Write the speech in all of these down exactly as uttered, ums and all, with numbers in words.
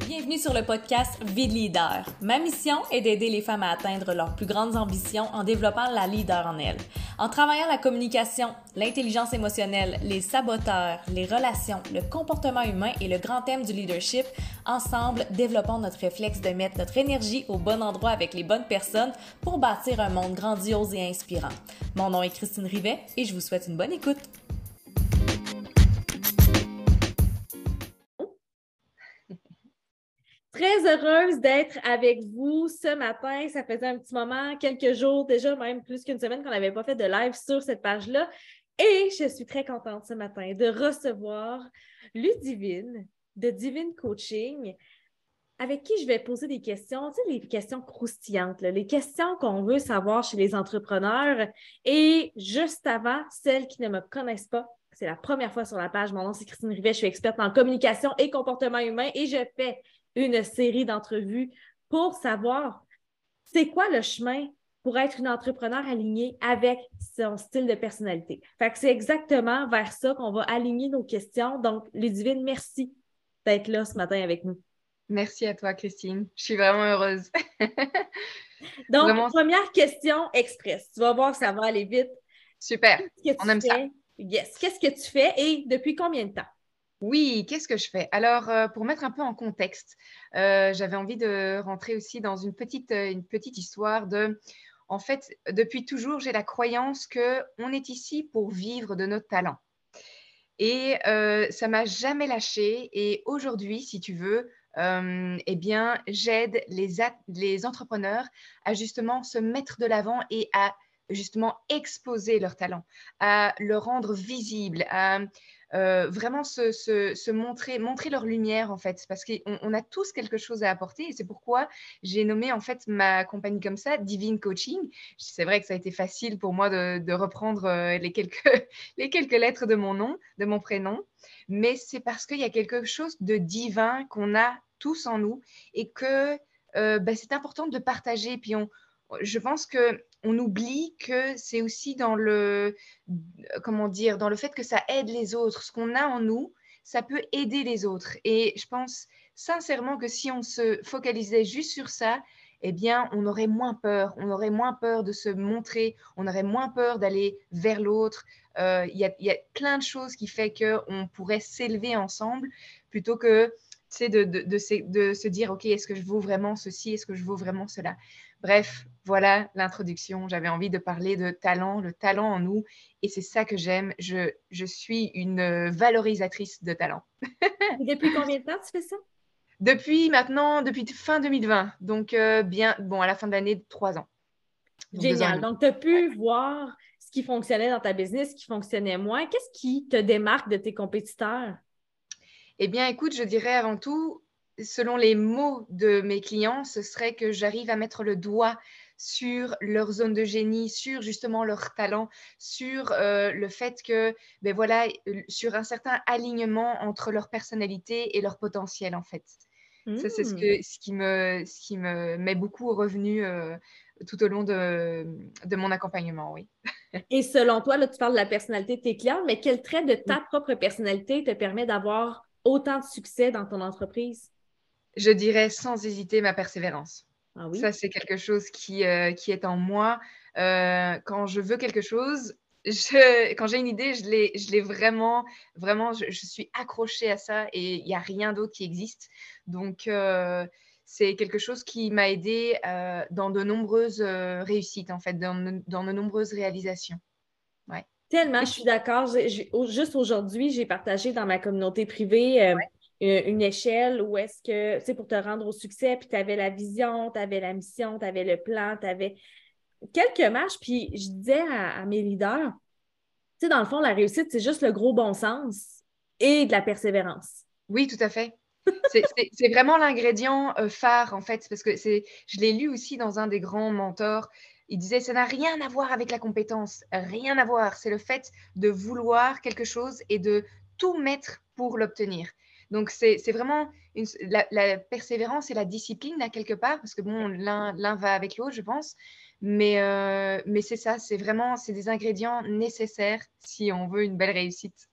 Bienvenue sur le podcast Vie de leader. Ma mission est d'aider les femmes à atteindre leurs plus grandes ambitions en développant la leader en elles. En travaillant la communication, l'intelligence émotionnelle, les saboteurs, les relations, le comportement humain et le grand thème du leadership, ensemble, développons notre réflexe de mettre notre énergie au bon endroit avec les bonnes personnes pour bâtir un monde grandiose et inspirant. Mon nom est Christine Rivet et je vous souhaite une bonne écoute. Très heureuse d'être avec vous ce matin. Ça faisait un petit moment, quelques jours déjà, même plus qu'une semaine qu'on n'avait pas fait de live sur cette page-là. Et je suis très contente ce matin de recevoir Ludivine de Divine Coaching, avec qui je vais poser des questions, tu sais, les questions croustillantes, là, les questions qu'on veut savoir chez les entrepreneurs. Et juste avant, celles qui ne me connaissent pas, c'est la première fois sur la page. Mon nom, c'est Christine Rivet. Je suis experte en communication et comportement humain et je fais une série d'entrevues pour savoir c'est quoi le chemin pour être une entrepreneur alignée avec son style de personnalité. Fait que c'est exactement vers ça qu'on va aligner nos questions. Donc, Ludivine, merci d'être là ce matin avec nous. Merci à toi, Christine. Je suis vraiment heureuse. Donc, vraiment... première question express. Tu vas voir, ça va aller vite. Super. Qu'est-ce que On tu aime fais? ça. Yes. Qu'est-ce que tu fais et depuis combien de temps? Oui, qu'est-ce que je fais? Alors, euh, pour mettre un peu en contexte, euh, j'avais envie de rentrer aussi dans une petite, euh, une petite histoire de... En fait, depuis toujours, j'ai la croyance qu'on est ici pour vivre de notre talent. Et euh, ça ne m'a jamais lâché. Et aujourd'hui, si tu veux, euh, eh bien, j'aide les, les entrepreneurs à justement se mettre de l'avant et à justement exposer leur talent, à le rendre visible, à euh, vraiment se, se, se montrer, montrer leur lumière en fait, parce qu'on on a tous quelque chose à apporter et c'est pourquoi j'ai nommé en fait ma compagnie comme ça, Divine Coaching. C'est vrai que ça a été facile pour moi de, de reprendre euh, les, quelques, les quelques lettres de mon nom, de mon prénom, mais c'est parce qu'il y a quelque chose de divin qu'on a tous en nous et que euh, bah, c'est important de partager. Puis on, je pense que on oublie que c'est aussi dans le, comment dire, dans le fait que ça aide les autres. Ce qu'on a en nous, ça peut aider les autres. Et je pense sincèrement que si on se focalisait juste sur ça, eh bien, on aurait moins peur. On aurait moins peur de se montrer. On aurait moins peur d'aller vers l'autre. Il euh, y, y a plein de choses qui font qu'on pourrait s'élever ensemble plutôt que de, de, de, de, de se dire, OK, est-ce que je vaux vraiment ceci? Est-ce que je vaux vraiment cela? Bref, voilà l'introduction. J'avais envie de parler de talent, le talent en nous. Et c'est ça que j'aime. Je, je suis une valorisatrice de talent. Et depuis combien de temps tu fais ça? Depuis maintenant, depuis fin deux mille vingt. Donc, euh, bien, bon, à la fin de l'année, trois ans. Donc, génial. Donc, tu as pu ouais. voir ce qui fonctionnait dans ta business, ce qui fonctionnait moins. Qu'est-ce qui te démarque de tes compétiteurs? Eh bien, écoute, je dirais avant tout, selon les mots de mes clients, ce serait que j'arrive à mettre le doigt sur leur zone de génie, sur justement leur talent, sur euh, le fait que, ben voilà, sur un certain alignement entre leur personnalité et leur potentiel, en fait. Mmh. Ça, c'est ce, que, ce, qui me, ce qui me met beaucoup au revenu euh, tout au long de, de mon accompagnement, oui. Et selon toi, là, tu parles de la personnalité de tes clients, mais quel trait de ta propre personnalité te permet d'avoir autant de succès dans ton entreprise? Je dirais sans hésiter ma persévérance. Ah oui? Ça, c'est quelque chose qui, euh, qui est en moi. Euh, quand je veux quelque chose, je, quand j'ai une idée, je l'ai, je l'ai vraiment, vraiment, je, je suis accrochée à ça et il n'y a rien d'autre qui existe. Donc, euh, c'est quelque chose qui m'a aidée euh, dans de nombreuses euh, réussites, en fait, dans, dans de nombreuses réalisations. Ouais. Tellement, je suis d'accord. J'ai, j'ai, juste aujourd'hui, j'ai partagé dans ma communauté privée euh, ouais. une, une échelle où est-ce que, tu sais, pour te rendre au succès, puis tu avais la vision, tu avais la mission, tu avais le plan, tu avais quelques marches, puis je disais à, à mes leaders, tu sais, dans le fond, la réussite, c'est juste le gros bon sens et de la persévérance. Oui, tout à fait. C'est, c'est, c'est vraiment l'ingrédient euh, phare, en fait, parce que c'est, je l'ai lu aussi dans un des grands mentors. Il disait, ça n'a rien à voir avec la compétence, rien à voir. C'est le fait de vouloir quelque chose et de tout mettre pour l'obtenir. Donc, c'est, c'est vraiment une, la, la persévérance et la discipline, là, quelque part, parce que bon, l'un, l'un va avec l'autre, je pense. Mais, euh, mais c'est ça, c'est vraiment, c'est des ingrédients nécessaires si on veut une belle réussite.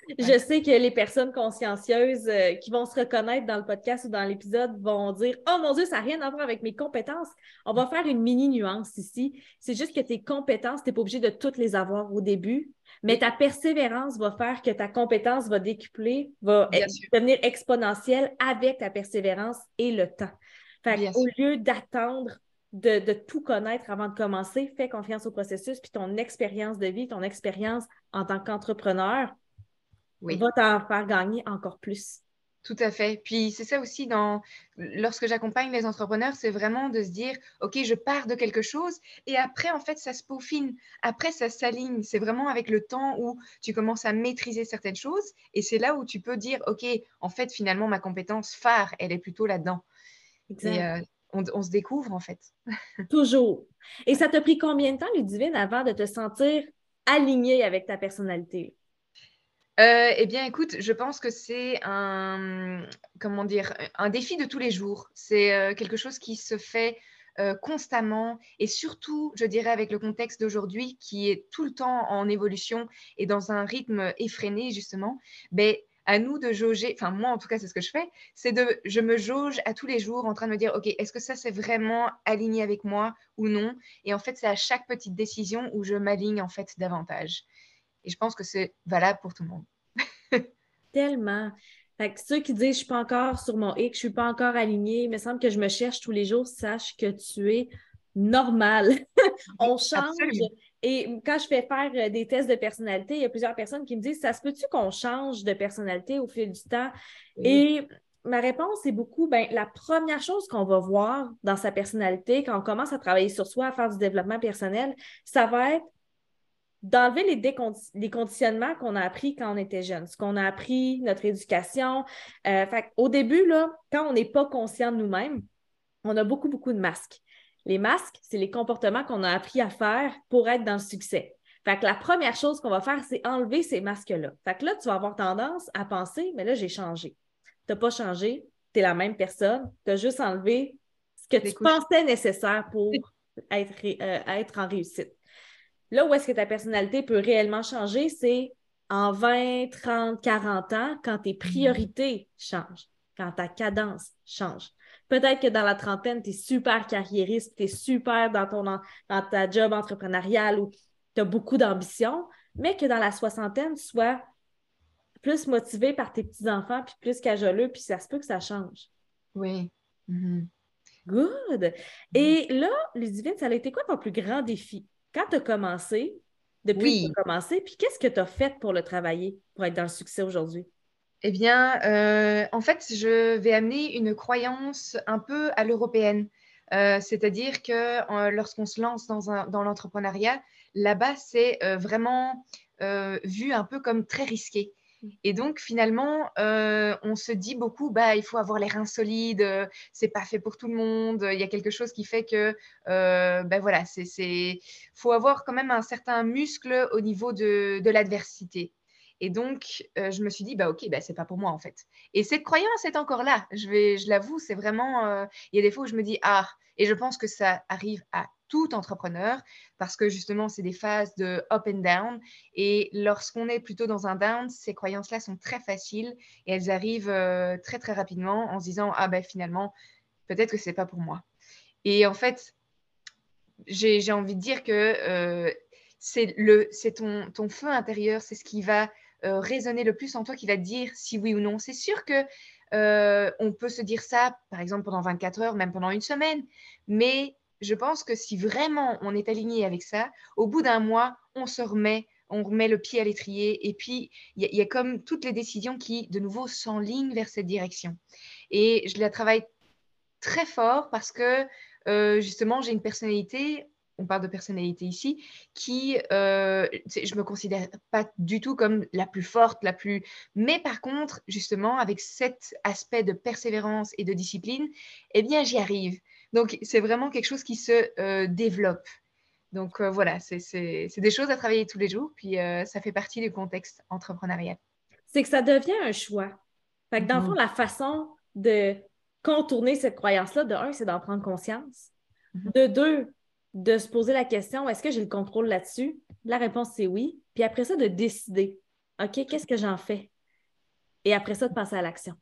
Je sais que les personnes consciencieuses euh, qui vont se reconnaître dans le podcast ou dans l'épisode vont dire « Oh mon Dieu, ça n'a rien à voir avec mes compétences. » On va faire une mini nuance ici. C'est juste que tes compétences, tu n'es pas obligé de toutes les avoir au début, mais ta persévérance va faire que ta compétence va décupler, va Bien sûr. devenir exponentielle avec ta persévérance et le temps. Fait Bien au sûr. lieu d'attendre de, de tout connaître avant de commencer, fais confiance au processus, puis ton expérience de vie, ton expérience en tant qu'entrepreneur Oui. va t'en faire gagner encore plus. Tout à fait. Puis c'est ça aussi, dans... lorsque j'accompagne les entrepreneurs, c'est vraiment de se dire, OK, je pars de quelque chose et après, en fait, ça se peaufine. Après, ça s'aligne. C'est vraiment avec le temps où tu commences à maîtriser certaines choses et c'est là où tu peux dire, OK, en fait, finalement, ma compétence phare, elle est plutôt là-dedans. Exact. Et euh, on, on se découvre, en fait. Toujours. Et ça t'a pris combien de temps, Ludivine, avant de te sentir alignée avec ta personnalité? Euh, eh bien, écoute, je pense que c'est un, comment dire, un défi de tous les jours. C'est euh, quelque chose qui se fait euh, constamment et surtout, je dirais, avec le contexte d'aujourd'hui qui est tout le temps en évolution et dans un rythme effréné, justement, ben, à nous de jauger, enfin moi en tout cas c'est ce que je fais, c'est de, je me jauge à tous les jours en train de me dire, ok, est-ce que ça c'est vraiment aligné avec moi ou non? Et en fait, c'est à chaque petite décision où je m'aligne en fait davantage. Et je pense que c'est valable pour tout le monde. Tellement. Fait que ceux qui disent je suis pas encore sur mon X, je suis pas encore alignée, il me semble que je me cherche tous les jours, sache que tu es normal. On change. Absolument. Et quand je fais faire euh, des tests de personnalité, il y a plusieurs personnes qui me disent ça se peut-tu qu'on change de personnalité au fil du temps? Oui. Et ma réponse est beaucoup, ben, la première chose qu'on va voir dans sa personnalité quand on commence à travailler sur soi, à faire du développement personnel, ça va être d'enlever les, décondi- les conditionnements qu'on a appris quand on était jeune, ce qu'on a appris, notre éducation. Euh, fait, au début, là, quand on n'est pas conscient de nous-mêmes, on a beaucoup, beaucoup de masques. Les masques, c'est les comportements qu'on a appris à faire pour être dans le succès. Fait que la première chose qu'on va faire, c'est enlever ces masques-là. Fait que là, tu vas avoir tendance à penser, mais là, j'ai changé. Tu n'as pas changé, tu es la même personne, tu as juste enlevé ce que Des tu couches. pensais nécessaire pour être, euh, être en réussite. Là où est-ce que ta personnalité peut réellement changer, c'est en vingt, trente, quarante ans, quand tes priorités changent, quand ta cadence change. Peut-être que dans la trentaine, tu es super carriériste, tu es super dans, ton, dans ta job entrepreneuriale ou tu as beaucoup d'ambition, mais que dans la soixantaine, tu sois plus motivé par tes petits-enfants, puis plus cajoleux, puis ça se peut que ça change. Oui. Mhm. Good! Et là, Ludivine, ça a été quoi ton plus grand défi? Quand tu as commencé, depuis que tu Oui. as commencé, puis qu'est-ce que tu as fait pour le travailler, pour être dans le succès aujourd'hui? Eh bien, euh, en fait, je vais amener une croyance un peu à l'européenne. Euh, c'est-à-dire que euh, lorsqu'on se lance dans, un, dans l'entrepreneuriat, là-bas, c'est euh, vraiment euh, vu un peu comme très risqué. Et donc, finalement, euh, on se dit beaucoup, bah, il faut avoir les reins solides, euh, c'est pas fait pour tout le monde, il y a quelque chose qui fait que, euh, ben voilà, c'est, c'est, faut avoir quand même un certain muscle au niveau de, de l'adversité. Et donc, euh, je me suis dit, bah, ok, bah, c'est pas pour moi en fait. Et cette croyance est encore là. Je vais, je l'avoue, c'est vraiment. euh, Il y a des fois où je me dis, ah, et je pense que ça arrive à tout entrepreneur parce que justement, c'est des phases de up and down. Et lorsqu'on est plutôt dans un down, ces croyances-là sont très faciles et elles arrivent euh, très très rapidement en se disant, ah, ben finalement, peut-être que c'est pas pour moi. Et en fait, j'ai, j'ai envie de dire que euh, c'est le, c'est ton, ton feu intérieur, c'est ce qui va euh, résonner le plus en toi, qui va te dire si oui ou non. C'est sûr que euh, on peut se dire ça, par exemple, pendant vingt-quatre heures, même pendant une semaine, mais je pense que si vraiment on est aligné avec ça, au bout d'un mois, on se remet, on remet le pied à l'étrier, et puis il y, y, a comme toutes les décisions qui, de nouveau, s'enlignent vers cette direction. Et je la travaille très fort parce que euh, justement, j'ai une personnalité, on parle de personnalité ici, qui, euh, je me considère pas du tout comme la plus forte, la plus... Mais par contre, justement, avec cet aspect de persévérance et de discipline, eh bien, j'y arrive. Donc, c'est vraiment quelque chose qui se euh, développe. Donc, euh, voilà, c'est, c'est, c'est des choses à travailler tous les jours, puis euh, ça fait partie du contexte entrepreneurial. C'est que ça devient un choix. Fait que dans le fond, Mhm. la façon de contourner cette croyance-là, de un, c'est d'en prendre conscience. Mhm. De deux, de se poser la question, est-ce que j'ai le contrôle là-dessus? La réponse, c'est oui. Puis après ça, de décider. OK, qu'est-ce que j'en fais? Et après ça, de passer à l'action.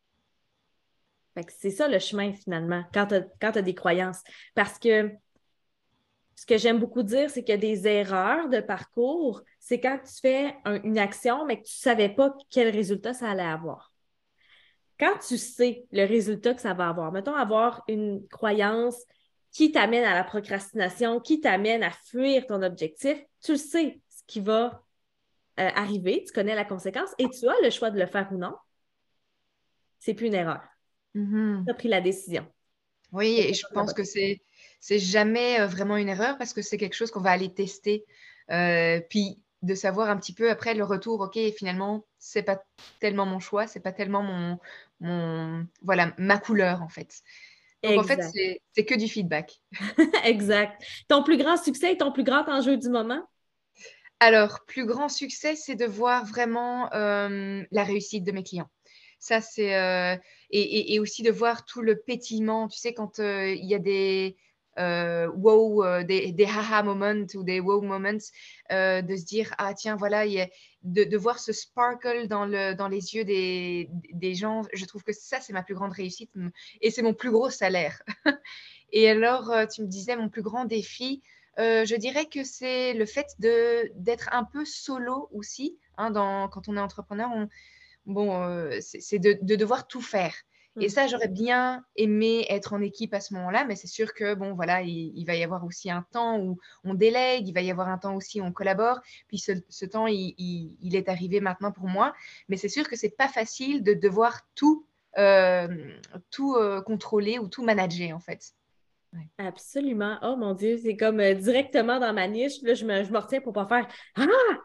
Fait que c'est ça le chemin, finalement, quand tu as, quand tu as des croyances. Parce que ce que j'aime beaucoup dire, c'est que des erreurs de parcours, c'est quand tu fais un- une action, mais que tu ne savais pas quel résultat ça allait avoir. Quand tu sais le résultat que ça va avoir, mettons avoir une croyance qui t'amène à la procrastination, qui t'amène à fuir ton objectif, tu sais ce qui va euh, arriver, tu connais la conséquence et tu as le choix de le faire ou non. C'est plus une erreur. Mhm. Tu as pris la décision. Oui, et je pense que c'est c'est jamais euh, vraiment une erreur parce que c'est quelque chose qu'on va aller tester. Euh, puis de savoir un petit peu après le retour, ok, finalement, c'est pas tellement mon choix, c'est pas tellement mon, mon, voilà, ma couleur en fait. Donc en fait, Exact. c'est c'est que du feedback. Exact. Ton plus grand succès et ton plus grand enjeu du moment? Alors, plus grand succès, c'est de voir vraiment euh, la réussite de mes clients. Ça, c'est euh, et, et- et aussi de voir tout le pétillement. Tu sais, quand euh, il y a des euh, wow, euh, des, des haha moments ou des wow moments, euh, de se dire ah tiens voilà, il y a- de, de voir ce sparkle dans le dans les yeux des, des gens. Je trouve que ça, c'est ma plus grande réussite et c'est mon plus gros salaire. Et alors, euh, tu me disais mon plus grand défi. Euh, je dirais que c'est le fait de d'être un peu solo aussi. Hein, dans, quand on est entrepreneur, on, bon, euh, c'est c'est de, de devoir tout faire. Et Hmm. ça, j'aurais bien aimé être en équipe à ce moment-là, mais c'est sûr que bon, voilà, il, il va y avoir aussi un temps où on délègue, il va y avoir un temps aussi où on collabore. Puis ce, ce temps, il, il- il est arrivé maintenant pour moi, mais c'est sûr que c'est pas facile de devoir tout, euh, tout euh, contrôler ou tout manager en fait. Ouais. Absolument. Oh mon Dieu, c'est comme euh, directement dans ma niche. Là, je me, je me retiens pour ne pas faire Ah!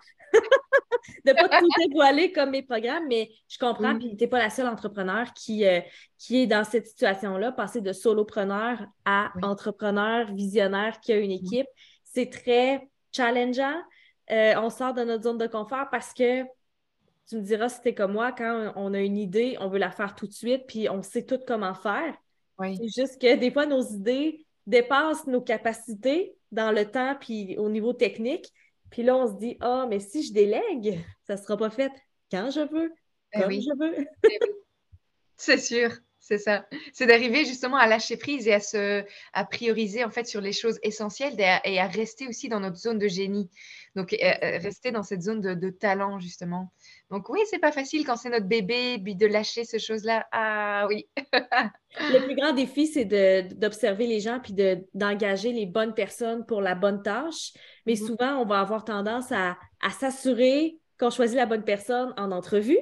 De ne pas tout dévoiler comme mes programmes, mais je comprends. Oui, Puis tu n'es pas la seule entrepreneur qui, euh, qui est dans cette situation-là, passer de solopreneur à oui, entrepreneur visionnaire qui a une oui, équipe. C'est très challengeant. Euh, on sort de notre zone de confort parce que tu me diras si tu es comme moi, quand on a une idée, on veut la faire tout de suite, puis on sait tout comment faire. oui. C'est juste que des fois, nos idées dépassent nos capacités dans le temps puis au niveau technique. Puis là, on se dit, ah, mais si je délègue, ça ne sera pas fait quand je veux, Eh comme oui. je veux. Eh oui. C'est sûr, c'est ça. C'est d'arriver justement à lâcher prise et à se, à prioriser en fait sur les choses essentielles et à, et à rester aussi dans notre zone de génie. Donc, euh, euh, rester dans cette zone de, de talent justement. Donc oui, c'est pas facile quand c'est notre bébé, puis de lâcher ces choses-là. Ah oui. Le plus grand défi, c'est de- d'observer les gens puis de, d'engager les bonnes personnes pour la bonne tâche. Mais Mhm. souvent, on va avoir tendance à, à s'assurer qu'on choisit la bonne personne en entrevue.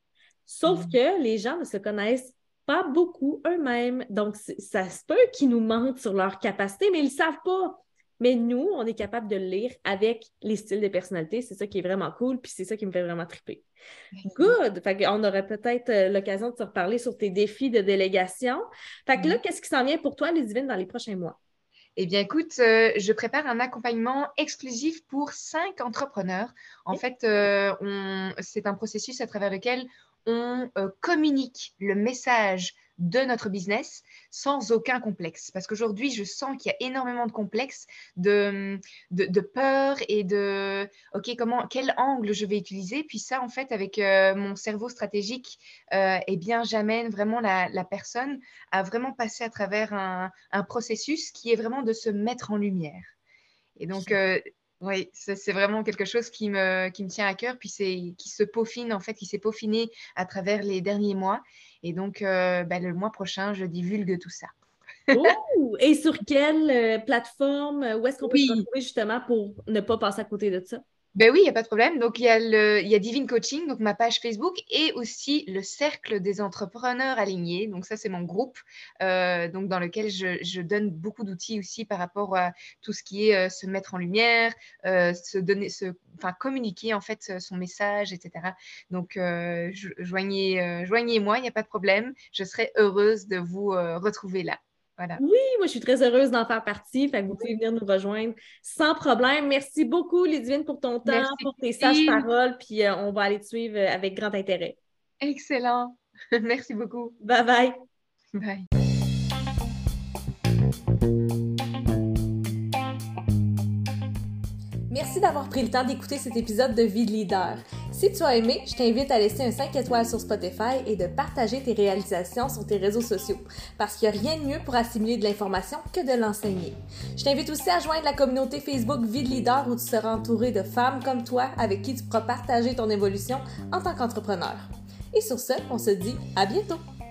Sauf Mhm. que les gens ne se connaissent pas beaucoup eux-mêmes. Donc, c'est- ça se peut qu'ils nous mentent sur leur capacité, mais ils ne le savent pas. Mais nous, on est capable de le lire avec les styles de personnalité. C'est ça qui est vraiment cool, puis c'est ça qui me fait vraiment triper. Excellent. Good! Fait qu'on aurait peut-être euh, l'occasion de se reparler sur tes défis de délégation. Fait que là, Oui. qu'est-ce qui s'en vient pour toi, Ludivine, dans les prochains mois? Eh bien, écoute, euh, je prépare un accompagnement exclusif pour cinq entrepreneurs. En OK? fait, euh, on- c'est un processus à travers lequel on euh, communique le message de notre business sans aucun complexe. Parce qu'aujourd'hui, je sens qu'il y a énormément de complexes, de, de, de peur et de, OK, comment, quel angle je vais utiliser. Puis ça, en fait, avec euh, mon cerveau stratégique, euh, eh bien, j'amène vraiment la, la personne à vraiment passer à travers un un processus qui est vraiment de se mettre en lumière. Et donc, euh, oui, ça, c'est vraiment quelque chose qui me, qui me tient à cœur, puis c'est, qui se peaufine, en fait, qui s'est peaufiné à travers les derniers mois. Et donc, euh, bah, le mois prochain, je divulgue tout ça. Oh! Et sur quelle euh, plateforme? euh, Où est-ce qu'on peut te Oui, retrouver justement pour ne pas passer à côté de ça? ben oui, il n'y a pas de problème. Donc, il y a, le, il y a Divine Coaching, donc ma page Facebook, et aussi le Cercle des entrepreneurs alignés. Donc, ça, c'est mon groupe, euh, donc dans lequel je, je donne beaucoup d'outils aussi par rapport à tout ce qui est euh, se mettre en lumière, euh, se donner, se, enfin, communiquer en fait son message, et cetera. Donc, euh, jo- joignez, euh, joignez-moi, il n'y a pas de problème. Je serai heureuse de vous euh, retrouver là. Voilà. Oui, moi, je suis très heureuse d'en faire partie. Fait que vous pouvez Oui. venir nous rejoindre sans problème. Merci beaucoup, Ludivine, pour ton temps, Merci, pour tes sages Christine. paroles. Puis euh, on va aller te suivre euh, avec grand intérêt. Excellent. Merci beaucoup. Bye bye. Bye. Merci d'avoir pris le temps d'écouter cet épisode de Vie de leader. Si tu as aimé, je t'invite à laisser un cinq étoiles sur Spotify et de partager tes réalisations sur tes réseaux sociaux, parce qu'il n'y a rien de mieux pour assimiler de l'information que de l'enseigner. Je t'invite aussi à joindre la communauté Facebook Vie de leader où tu seras entouré de femmes comme toi avec qui tu pourras partager ton évolution en tant qu'entrepreneur. Et sur ce, on se dit à bientôt!